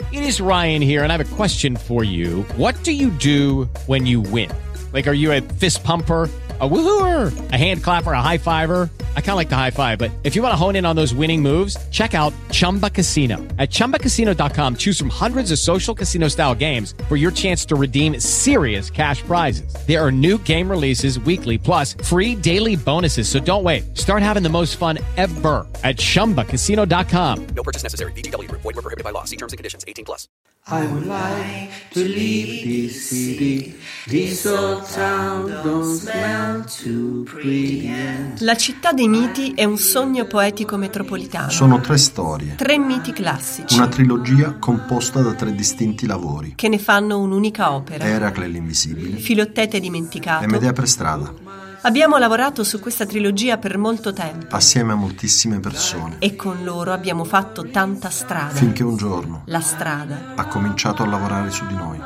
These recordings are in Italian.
It is Ryan here, and I have a question for you. What do you do when you win? Like, are you a fist pumper, a woohooer, a hand clapper, a high fiver? I kind of like the high five, but if you want to hone in on those winning moves, check out Chumba Casino. At ChumbaCasino.com, choose from hundreds of social casino style games for your chance to redeem serious cash prizes. There are new game releases weekly, plus free daily bonuses. So don't wait. Start having the most fun ever at ChumbaCasino.com. No purchase necessary. VGW Group. Void where prohibited by law. See terms and conditions. 18+. I would like to leave this city. This old town don't smell too pretty. La città dei miti è un sogno poetico metropolitano. Sono 3 storie. 3 miti classici. Una trilogia composta da 3 distinti lavori. Che ne fanno un'unica opera. Eracle l'invisibile. Filottete dimenticato. E Medea per strada. Abbiamo lavorato su questa trilogia per molto tempo. Assieme a moltissime persone. E con loro abbiamo fatto tanta strada. Finché un giorno la strada ha cominciato a lavorare su di noi.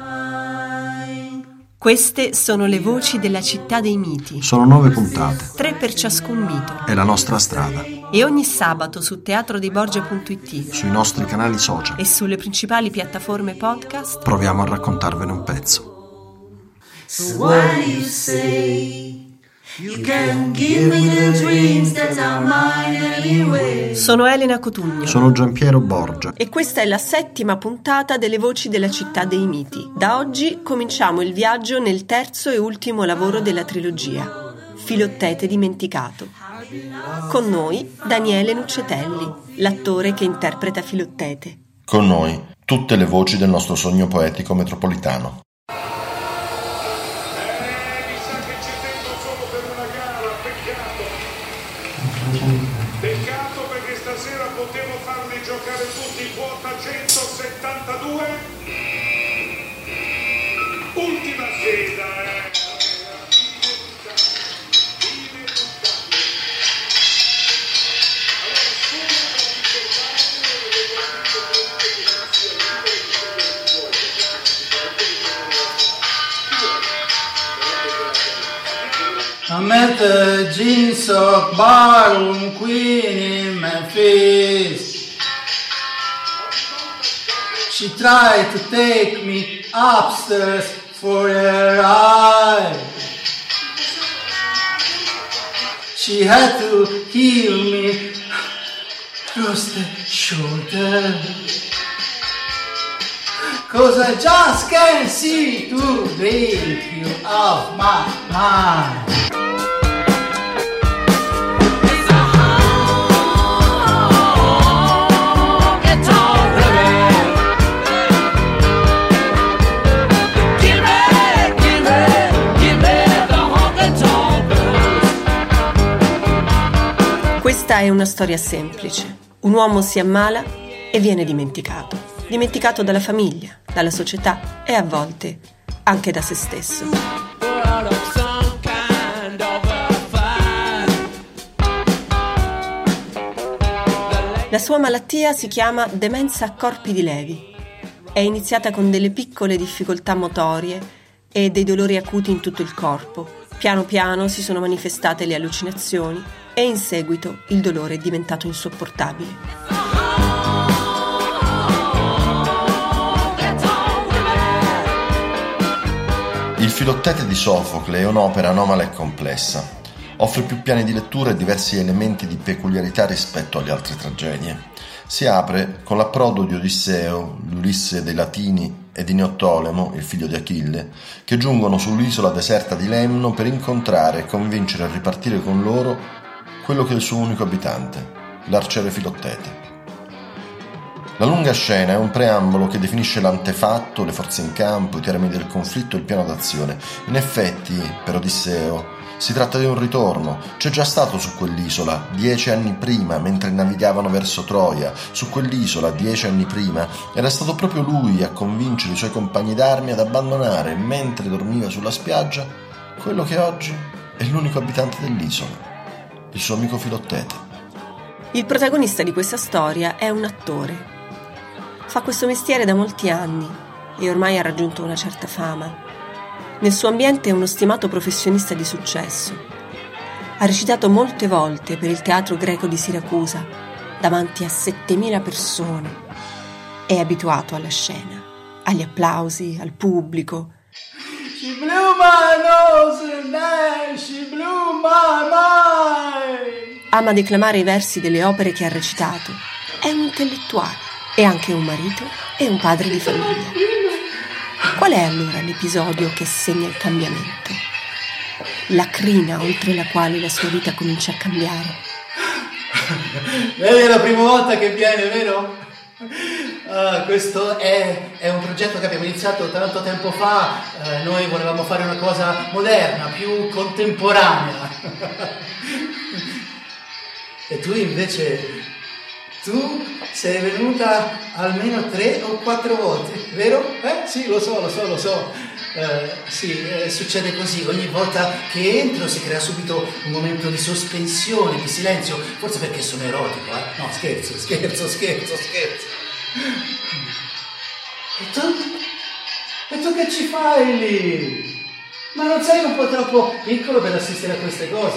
Queste sono le voci della città dei miti. Sono 9 puntate. 3 per ciascun mito. È la nostra strada. E ogni sabato su teatrodeiborgia.it, sui nostri canali social e sulle principali piattaforme podcast proviamo a raccontarvene un pezzo. So what do you say? You can give me the dreams that are mine anyway. Sono Elena Cotugno. Sono Giampiero Borgia. E questa è la 7ª puntata delle Voci della città dei miti. Da oggi cominciamo il viaggio nel terzo e ultimo lavoro della trilogia, Filottete dimenticato. Con noi Daniele Nuccetelli, l'attore che interpreta Filottete. Con noi tutte le voci del nostro sogno poetico metropolitano. Peccato perché stasera potevo farli giocare tutti in quota 172. Ultima sfida, I met a jeans of barroom queen in Memphis. She tried to take me upstairs for a ride. She had to heal me across the shoulder. 'Cause I just can't see to break you off my mind. Questa è una storia semplice. Un uomo si ammala e viene dimenticato. Dimenticato dalla famiglia, dalla società e a volte anche da se stesso. La sua malattia si chiama demenza a corpi di Levi. È iniziata con delle piccole difficoltà motorie e dei dolori acuti in tutto il corpo. Piano piano si sono manifestate le allucinazioni e in seguito il dolore è diventato insopportabile. Il Filottete di Sofocle è un'opera anomala e complessa. Offre più piani di lettura e diversi elementi di peculiarità rispetto alle altre tragedie. Si apre con l'approdo di Odisseo, l'Ulisse dei Latini, e di Neottolemo, il figlio di Achille, che giungono sull'isola deserta di Lemno per incontrare e convincere a ripartire con loro quello che è il suo unico abitante, l'arciere Filottete. La lunga scena è un preambolo che definisce l'antefatto, le forze in campo, i termini del conflitto e il piano d'azione. In effetti, per Odisseo, si tratta di un ritorno. C'è già stato su quell'isola 10 anni prima, mentre navigavano verso Troia. Su quell'isola 10 anni prima era stato proprio lui a convincere i suoi compagni d'armi ad abbandonare, mentre dormiva sulla spiaggia, quello che oggi è l'unico abitante dell'isola, il suo amico Filottete. Il protagonista di questa storia è un attore. Fa questo mestiere da molti anni e ormai ha raggiunto una certa fama. Nel suo ambiente è uno stimato professionista di successo. Ha recitato molte volte per il Teatro Greco di Siracusa, davanti a 7.000 persone. È abituato alla scena, agli applausi, al pubblico. She blew my nose and then she blew my mind. Ama declamare i versi delle opere che ha recitato. È un intellettuale, è anche un marito e un padre di famiglia. Qual è allora l'episodio che segna il cambiamento? La crina oltre la quale la sua vita comincia a cambiare. È la prima volta che viene, vero? Questo è un progetto che abbiamo iniziato tanto tempo fa. Noi volevamo fare una cosa moderna, più contemporanea. E tu invece, tu sei venuta almeno 3 o 4 volte, vero? Sì, lo so. Succede così, ogni volta che entro si crea subito un momento di sospensione, di silenzio, forse perché sono erotico, No, scherzo. E tu che ci fai lì? Ma non sei un po' troppo piccolo per assistere a queste cose,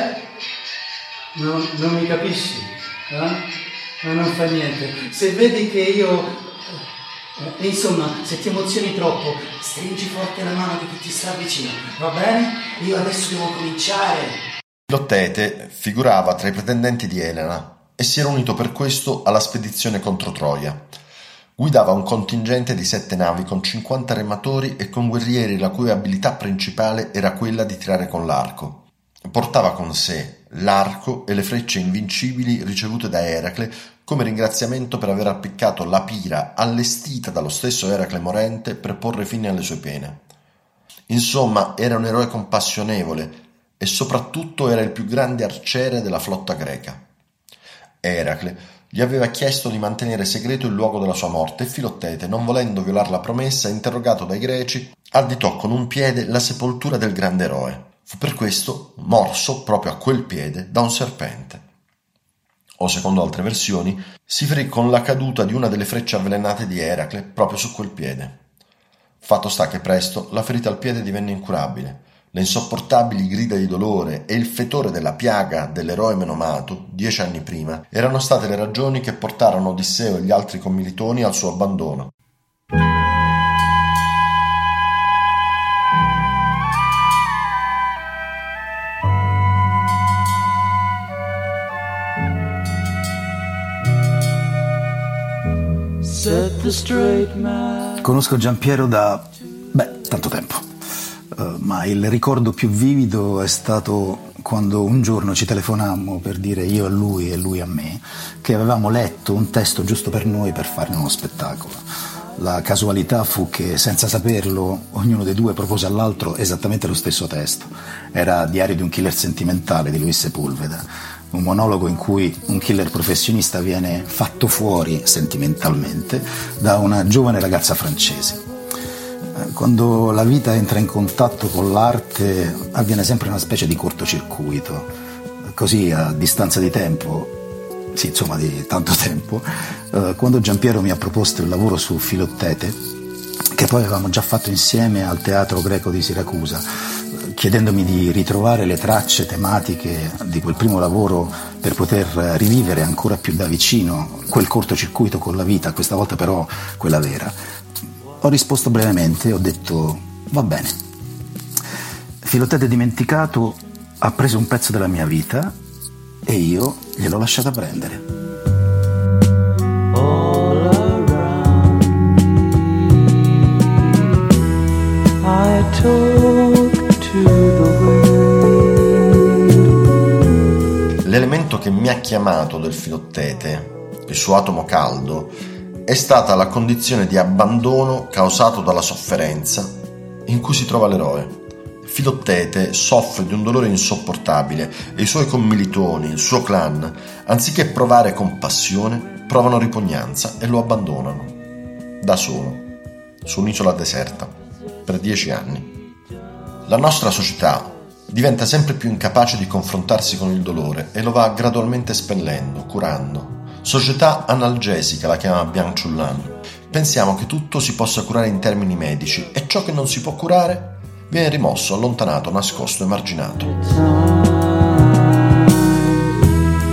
Non mi capisci, Ma non fa niente. Se vedi che io... insomma, se ti emozioni troppo, stringi forte la mano di chi ti sta vicino, va bene? Io adesso devo cominciare. Filottete figurava tra i pretendenti di Elena e si era unito per questo alla spedizione contro Troia. Guidava un contingente di 7 navi con 50 rematori e con guerrieri la cui abilità principale era quella di tirare con l'arco. Portava con sé l'arco e le frecce invincibili ricevute da Eracle come ringraziamento per aver appiccato la pira allestita dallo stesso Eracle morente per porre fine alle sue pene. Insomma, era un eroe compassionevole e soprattutto era il più grande arciere della flotta greca. Eracle gli aveva chiesto di mantenere segreto il luogo della sua morte e Filottete, non volendo violar la promessa, interrogato dai greci, additò con un piede la sepoltura del grande eroe. Fu per questo morso proprio a quel piede da un serpente. O, secondo altre versioni, si ferì con la caduta di una delle frecce avvelenate di Eracle proprio su quel piede. Fatto sta che presto la ferita al piede divenne incurabile. Le insopportabili grida di dolore e il fetore della piaga dell'eroe menomato, 10 anni prima, erano state le ragioni che portarono Odisseo e gli altri commilitoni al suo abbandono. Conosco Giampiero da tanto tempo, ma il ricordo più vivido è stato quando un giorno ci telefonammo per dire, io a lui e lui a me, che avevamo letto un testo giusto per noi per farne uno spettacolo. La casualità fu che, senza saperlo, ognuno dei due propose all'altro esattamente lo stesso testo. Era Diario di un killer sentimentale di Luis Sepulveda, un monologo in cui un killer professionista viene fatto fuori sentimentalmente da una giovane ragazza francese. Quando la vita entra in contatto con l'arte avviene sempre una specie di cortocircuito. Così, a distanza di tempo, di tanto tempo, quando Giampiero mi ha proposto il lavoro su Filottete, che poi avevamo già fatto insieme al Teatro Greco di Siracusa, chiedendomi di ritrovare le tracce tematiche di quel primo lavoro per poter rivivere ancora più da vicino quel cortocircuito con la vita, questa volta però quella vera. Ho risposto brevemente, ho detto va bene. Filottete dimenticato ha preso un pezzo della mia vita e io gliel'ho lasciata prendere. L'elemento che mi ha chiamato del Filottete, il suo atomo caldo, è stata la condizione di abbandono causato dalla sofferenza in cui si trova l'eroe. Filottete soffre di un dolore insopportabile e i suoi commilitoni, il suo clan, anziché provare compassione, provano ripugnanza e lo abbandonano, da solo, su un'isola deserta, per 10 anni. La nostra società diventa sempre più incapace di confrontarsi con il dolore e lo va gradualmente espellendo, curando. Società analgesica la chiama Byung-Chul Han. Pensiamo che tutto si possa curare in termini medici e ciò che non si può curare viene rimosso, allontanato, nascosto, emarginato.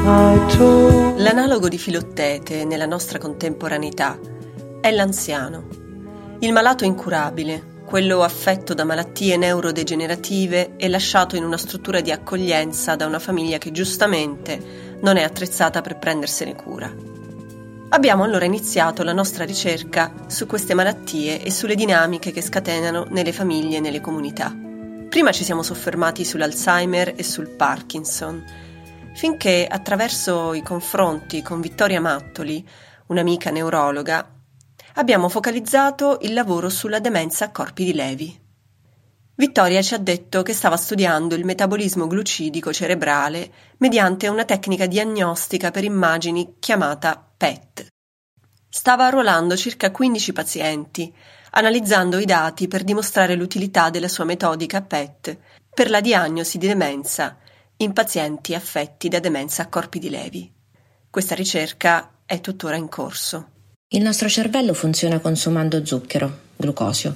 L'analogo di Filottete nella nostra contemporaneità è l'anziano, il malato incurabile, quello affetto da malattie neurodegenerative e lasciato in una struttura di accoglienza da una famiglia che giustamente non è attrezzata per prendersene cura. Abbiamo allora iniziato la nostra ricerca su queste malattie e sulle dinamiche che scatenano nelle famiglie e nelle comunità. Prima ci siamo soffermati sull'Alzheimer e sul Parkinson, finché attraverso i confronti con Vittoria Mattoli, un'amica neurologa, abbiamo focalizzato il lavoro sulla demenza a corpi di Levi. Vittoria ci ha detto che stava studiando il metabolismo glucidico cerebrale mediante una tecnica diagnostica per immagini chiamata PET. Stava arruolando circa 15 pazienti, analizzando i dati per dimostrare l'utilità della sua metodica PET per la diagnosi di demenza in pazienti affetti da demenza a corpi di Levi. Questa ricerca è tuttora in corso. Il nostro cervello funziona consumando zucchero, glucosio.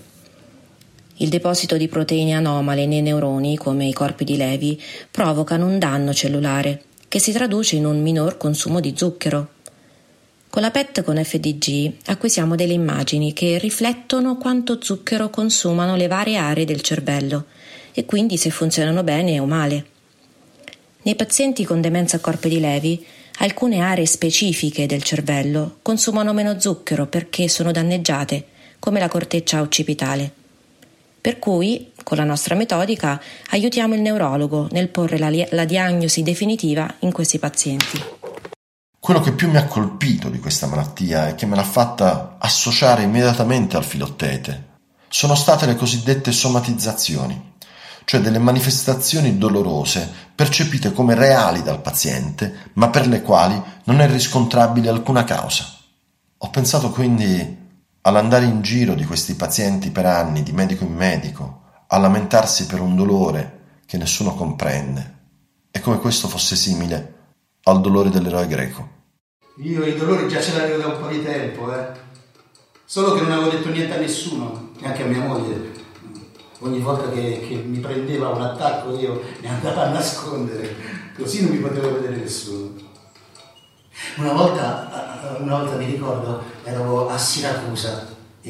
Il deposito di proteine anomale nei neuroni, come i corpi di Levi, provocano un danno cellulare che si traduce in un minor consumo di zucchero. Con la PET con FDG acquisiamo delle immagini che riflettono quanto zucchero consumano le varie aree del cervello e quindi se funzionano bene o male. Nei pazienti con demenza a corpi di Levi, alcune aree specifiche del cervello consumano meno zucchero perché sono danneggiate, come la corteccia occipitale. Per cui, con la nostra metodica, aiutiamo il neurologo nel porre la diagnosi definitiva in questi pazienti. Quello che più mi ha colpito di questa malattia e che me l'ha fatta associare immediatamente al Filottete sono state le cosiddette somatizzazioni, cioè delle manifestazioni dolorose percepite come reali dal paziente, ma per le quali non è riscontrabile alcuna causa. Ho pensato quindi all'andare in giro di questi pazienti per anni, di medico in medico, a lamentarsi per un dolore che nessuno comprende, e come questo fosse simile al dolore dell'eroe greco. Io i dolori già ce l'avevo da un po' di tempo, solo che non avevo detto niente a nessuno, neanche a mia moglie. Ogni volta che mi prendeva un attacco io mi andavo a nascondere, così non mi poteva vedere nessuno. Una volta mi ricordo, ero a Siracusa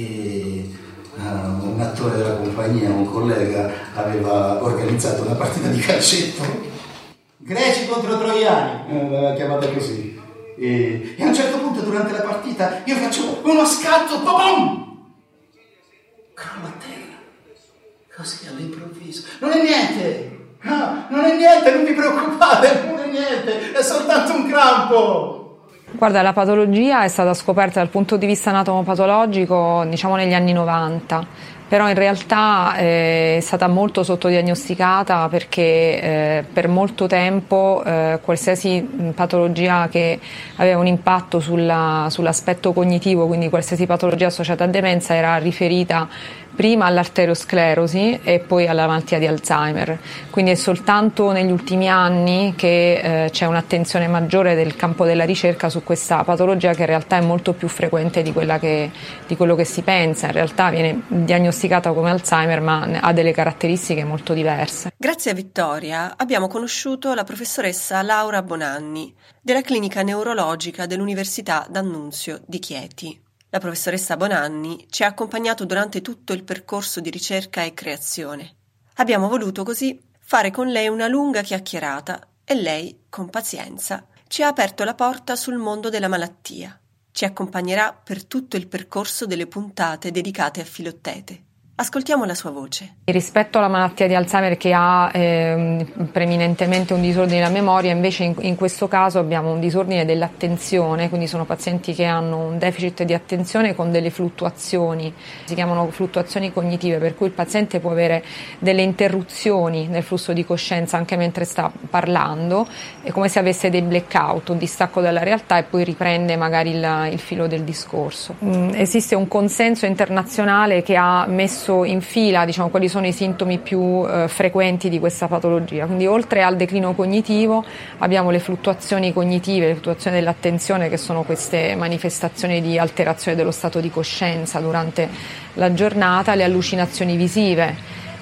e un attore della compagnia, un collega, aveva organizzato una partita di calcetto, greci contro troiani, l'aveva chiamata così. E a un certo punto durante la partita io faccio uno scatto, boom! Crollo a terra. Così all'improvviso. Non è niente! No, non è niente, non vi preoccupate, non è niente, è soltanto un crampo! Guarda, la patologia è stata scoperta dal punto di vista anatomopatologico, diciamo, negli anni 90, però in realtà è stata molto sottodiagnosticata perché per molto tempo qualsiasi patologia che aveva un impatto sull'aspetto cognitivo, quindi qualsiasi patologia associata a demenza, era riferita prima all'arteriosclerosi e poi alla malattia di Alzheimer. Quindi è soltanto negli ultimi anni che c'è un'attenzione maggiore del campo della ricerca su questa patologia, che in realtà è molto più frequente di quello che si pensa. In realtà viene diagnosticata come Alzheimer, ma ha delle caratteristiche molto diverse. Grazie a Vittoria abbiamo conosciuto la professoressa Laura Bonanni della clinica neurologica dell'Università D'Annunzio di Chieti. La professoressa Bonanni ci ha accompagnato durante tutto il percorso di ricerca e creazione. Abbiamo voluto così fare con lei una lunga chiacchierata e lei, con pazienza, ci ha aperto la porta sul mondo della malattia. Ci accompagnerà per tutto il percorso delle puntate dedicate a Filottete. Ascoltiamo la sua voce. Rispetto alla malattia di Alzheimer, che ha preminentemente un disordine della memoria, invece in questo caso abbiamo un disordine dell'attenzione, quindi sono pazienti che hanno un deficit di attenzione con delle fluttuazioni, si chiamano fluttuazioni cognitive, per cui il paziente può avere delle interruzioni nel flusso di coscienza anche mentre sta parlando, è come se avesse dei blackout, un distacco dalla realtà, e poi riprende magari il filo del discorso. Esiste un consenso internazionale che ha messo in fila, diciamo, quali sono i sintomi più frequenti di questa patologia. Quindi oltre al declino cognitivo abbiamo le fluttuazioni cognitive, le fluttuazioni dell'attenzione, che sono queste manifestazioni di alterazione dello stato di coscienza durante la giornata, le allucinazioni visive,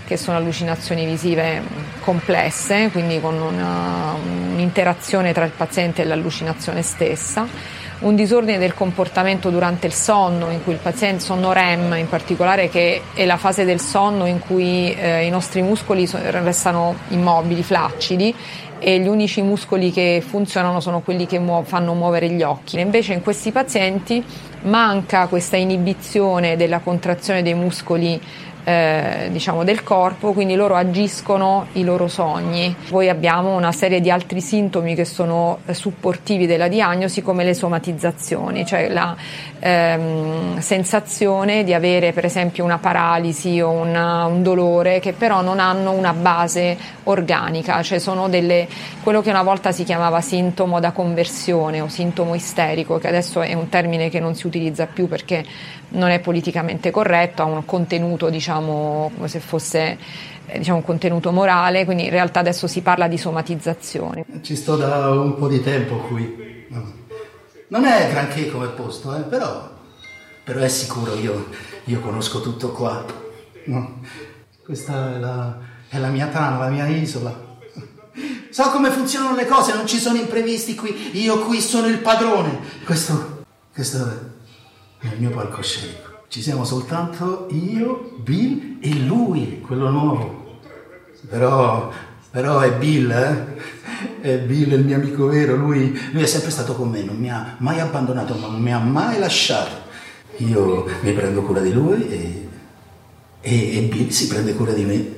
che sono allucinazioni visive complesse, quindi con un'interazione tra il paziente e l'allucinazione stessa. Un disordine del comportamento durante il sonno, in cui il paziente, sonno REM in particolare, che è la fase del sonno in cui i nostri muscoli restano immobili, flaccidi, e gli unici muscoli che funzionano sono quelli che fanno muovere gli occhi. Invece in questi pazienti manca questa inibizione della contrazione dei muscoli del corpo, quindi loro agiscono i loro sogni. Poi abbiamo una serie di altri sintomi che sono supportivi della diagnosi, come le somatizzazioni, cioè la sensazione di avere per esempio una paralisi o un dolore che però non hanno una base organica, cioè sono quello che una volta si chiamava sintomo da conversione o sintomo isterico, che adesso è un termine che non si utilizza più perché non è politicamente corretto, ha un contenuto come se fosse un contenuto morale, quindi in realtà adesso si parla di somatizzazioni. Ci sto da un po' di tempo qui, non è granché come posto, però è sicuro, io conosco tutto qua, no? Questa è la mia tana, la mia isola, so come funzionano le cose, non ci sono imprevisti qui, io qui sono il padrone, questo è il mio palcoscenico. Ci siamo soltanto io, Bill e lui, quello nuovo. Però è Bill, È Bill, il mio amico vero. Lui è sempre stato con me, non mi ha mai abbandonato, ma non mi ha mai lasciato. Io mi prendo cura di lui e Bill si prende cura di me.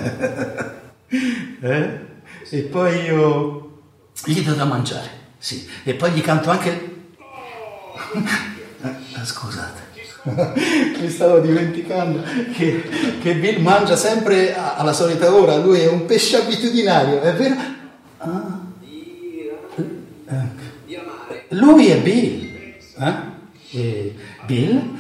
E poi io gli do da mangiare, sì. E poi gli canto anche... Scusate, mi stavo dimenticando che Bill mangia sempre alla solita ora, lui è un pesce abitudinario, è vero? Lui è Bill, e Bill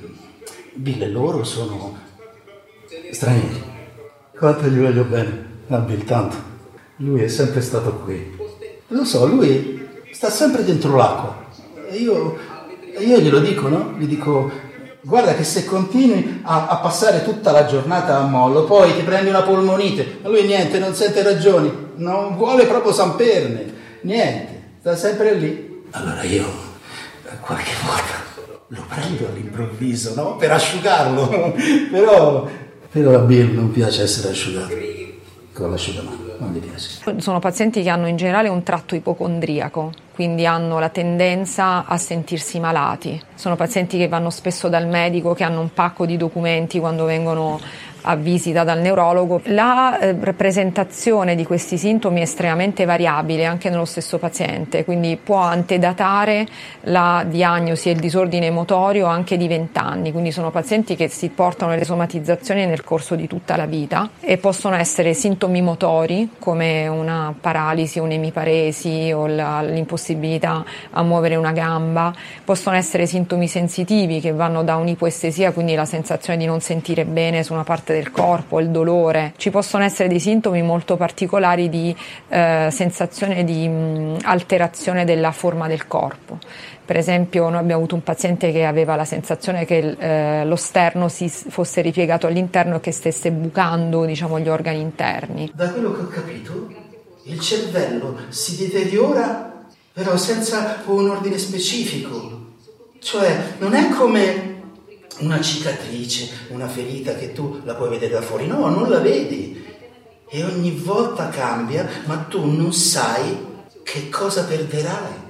e loro sono stranieri. Quanto gli voglio bene a Bill, tanto. Lui è sempre stato qui. Lo so, lui sta sempre dentro l'acqua. E io glielo dico, no? Gli dico, guarda che se continui a passare tutta la giornata a mollo, poi ti prendi una polmonite. Ma lui niente, non sente ragioni, non vuole proprio samperne, niente, sta sempre lì. Allora io qualche volta lo prendo all'improvviso, no? Per asciugarlo, però a Bill non piace essere asciugato con l'asciugamano. Non mi piace. Sono pazienti che hanno in generale un tratto ipocondriaco, quindi hanno la tendenza a sentirsi malati. Sono pazienti che vanno spesso dal medico, che hanno un pacco di documenti quando vengono a visita dal neurologo. La presentazione di questi sintomi è estremamente variabile anche nello stesso paziente, quindi può antedatare la diagnosi e il disordine motorio anche di 20 anni, quindi sono pazienti che si portano le somatizzazioni nel corso di tutta la vita e possono essere sintomi motori come una paralisi, un'emiparesi o l'impossibilità a muovere una gamba, possono essere sintomi sensitivi che vanno da un'ipoestesia, quindi la sensazione di non sentire bene su una parte del corpo, il dolore. Ci possono essere dei sintomi molto particolari di sensazione di alterazione della forma del corpo. Per esempio noi abbiamo avuto un paziente che aveva la sensazione che lo sterno si fosse ripiegato all'interno e che stesse bucando, diciamo, gli organi interni. Da quello che ho capito, il cervello si deteriora però senza un ordine specifico. Cioè non è come una cicatrice, una ferita che tu la puoi vedere da fuori, no, non la vedi e ogni volta cambia, ma tu non sai che cosa perderai.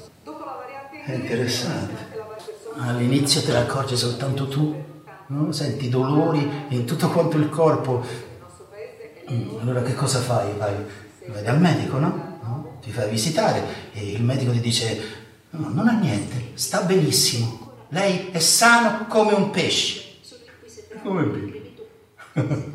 È interessante. All'inizio te ne accorgi soltanto tu, no? Senti dolori in tutto quanto il corpo. Allora che cosa fai? Vai dal medico, no? Ti fai visitare e il medico ti dice no, non ha niente, sta benissimo. Lei è sano come un pesce. Come Bill.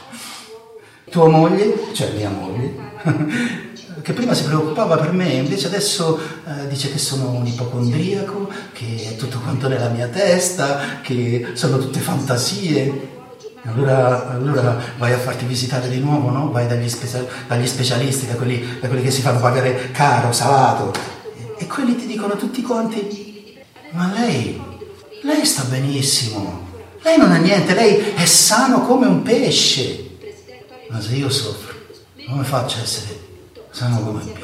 Tua moglie, cioè mia moglie, che prima si preoccupava per me, invece adesso dice che sono un ipocondriaco, che è tutto quanto nella mia testa, che sono tutte fantasie. Allora vai a farti visitare di nuovo, no? Vai dagli specialisti, da quelli che si fanno pagare caro, salato, e quelli ti dicono tutti quanti: ma lei sta benissimo, lei non ha niente, lei è sano come un pesce. Ma se io soffro, come faccio a essere sano come me?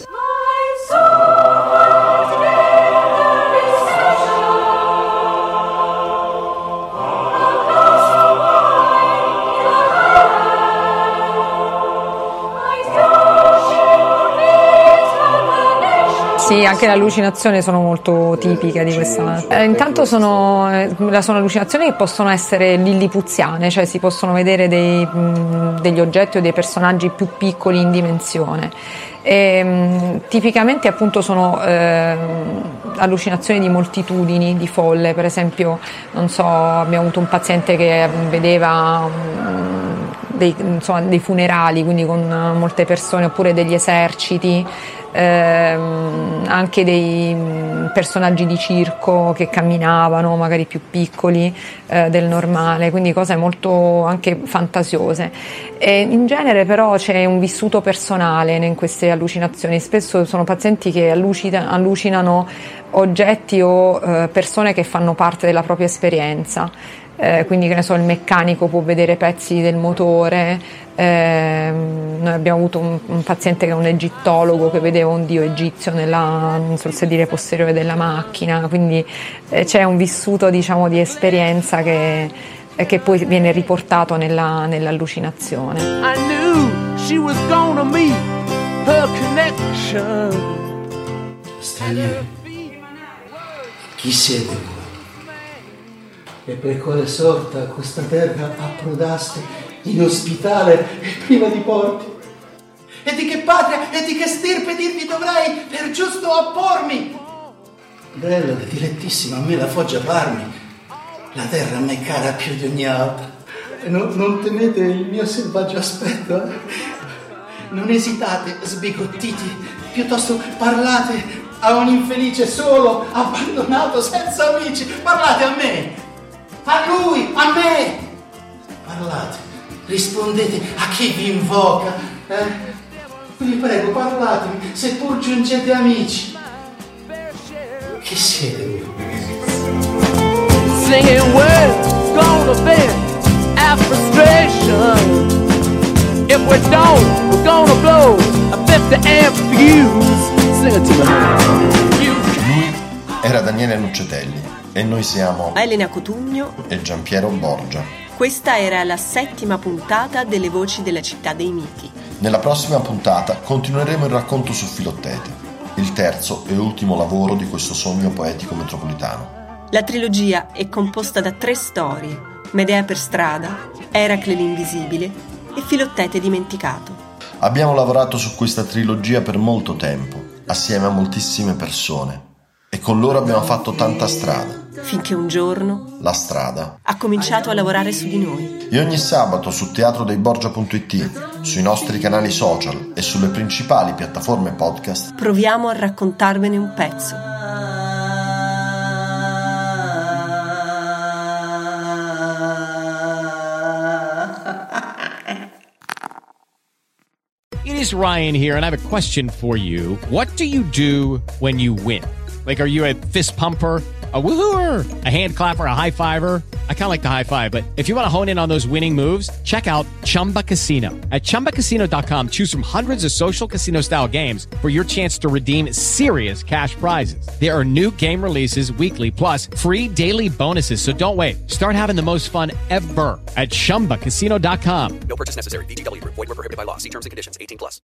Sì, anche le allucinazioni sono molto tipiche di questa. Intanto sono allucinazioni che possono essere lillipuziane, cioè si possono vedere degli oggetti o dei personaggi più piccoli in dimensione. Tipicamente appunto sono allucinazioni di moltitudini, di folle. Per esempio, non so, abbiamo avuto un paziente che vedeva dei funerali, quindi con molte persone, oppure degli eserciti. Anche dei personaggi di circo che camminavano magari più piccoli del normale, quindi cose molto anche fantasiose. E in genere però c'è un vissuto personale in queste allucinazioni. Spesso sono pazienti che allucinano oggetti o persone che fanno parte della propria esperienza. Quindi che ne so, il meccanico può vedere pezzi del motore. Noi abbiamo avuto un paziente che è un egittologo che vedeva un dio egizio sul sedile posteriore della macchina, quindi c'è un vissuto, diciamo, di esperienza che poi viene riportato nell'allucinazione. I knew she was gonna meet her connection. Stranieri, chi siete voi? E per quale sorta a questa terra approdaste in ospitale e priva di porti? E di che patria e di che stirpe dirvi dovrei per giusto appormi? Bella, dilettissima, a me la foggia farmi, la terra a me cara più di ogni altra. E non temete il mio selvaggio aspetto, eh? Non esitate, sbigottiti, piuttosto parlate a un infelice solo, abbandonato, senza amici. Parlate a me, a lui, a me. Parlate, rispondete a chi vi invoca, eh? Vi prego, parlatemi, seppur giungete amici. Chi siete voi? Singing words gonna vent our frustration. If we don't, we're gonna blow a 50 amp fuse. Sing it to me. Lui era Daniele Nuccetelli e noi siamo Elena Cotugno e Giampiero Borgia. Questa era la 7ª puntata delle Voci della Città dei Miti. Nella prossima puntata continueremo il racconto su Filottete, il terzo e ultimo lavoro di questo sogno poetico metropolitano. La trilogia è composta da 3 storie: Medea per strada, Eracle l'invisibile e Filottete dimenticato. Abbiamo lavorato su questa trilogia per molto tempo, assieme a moltissime persone, e con loro abbiamo fatto tanta strada. Finché un giorno la strada ha cominciato a lavorare su di noi. E ogni sabato su teatrodeiborgia.it, sui nostri canali social e sulle principali piattaforme podcast proviamo a raccontarvene un pezzo. It is Ryan here, and I have a question for you. What do you do when you win? Like, are you a fist pumper, a woohooer, a hand clapper, a high fiver? I kind of like the high five, but if you want to hone in on those winning moves, check out Chumba Casino. At ChumbaCasino.com, choose from hundreds of social casino style games for your chance to redeem serious cash prizes. There are new game releases weekly, plus free daily bonuses. So don't wait. Start having the most fun ever at ChumbaCasino.com. No purchase necessary. VGW Group. Void where prohibited by law. See terms and conditions. 18+.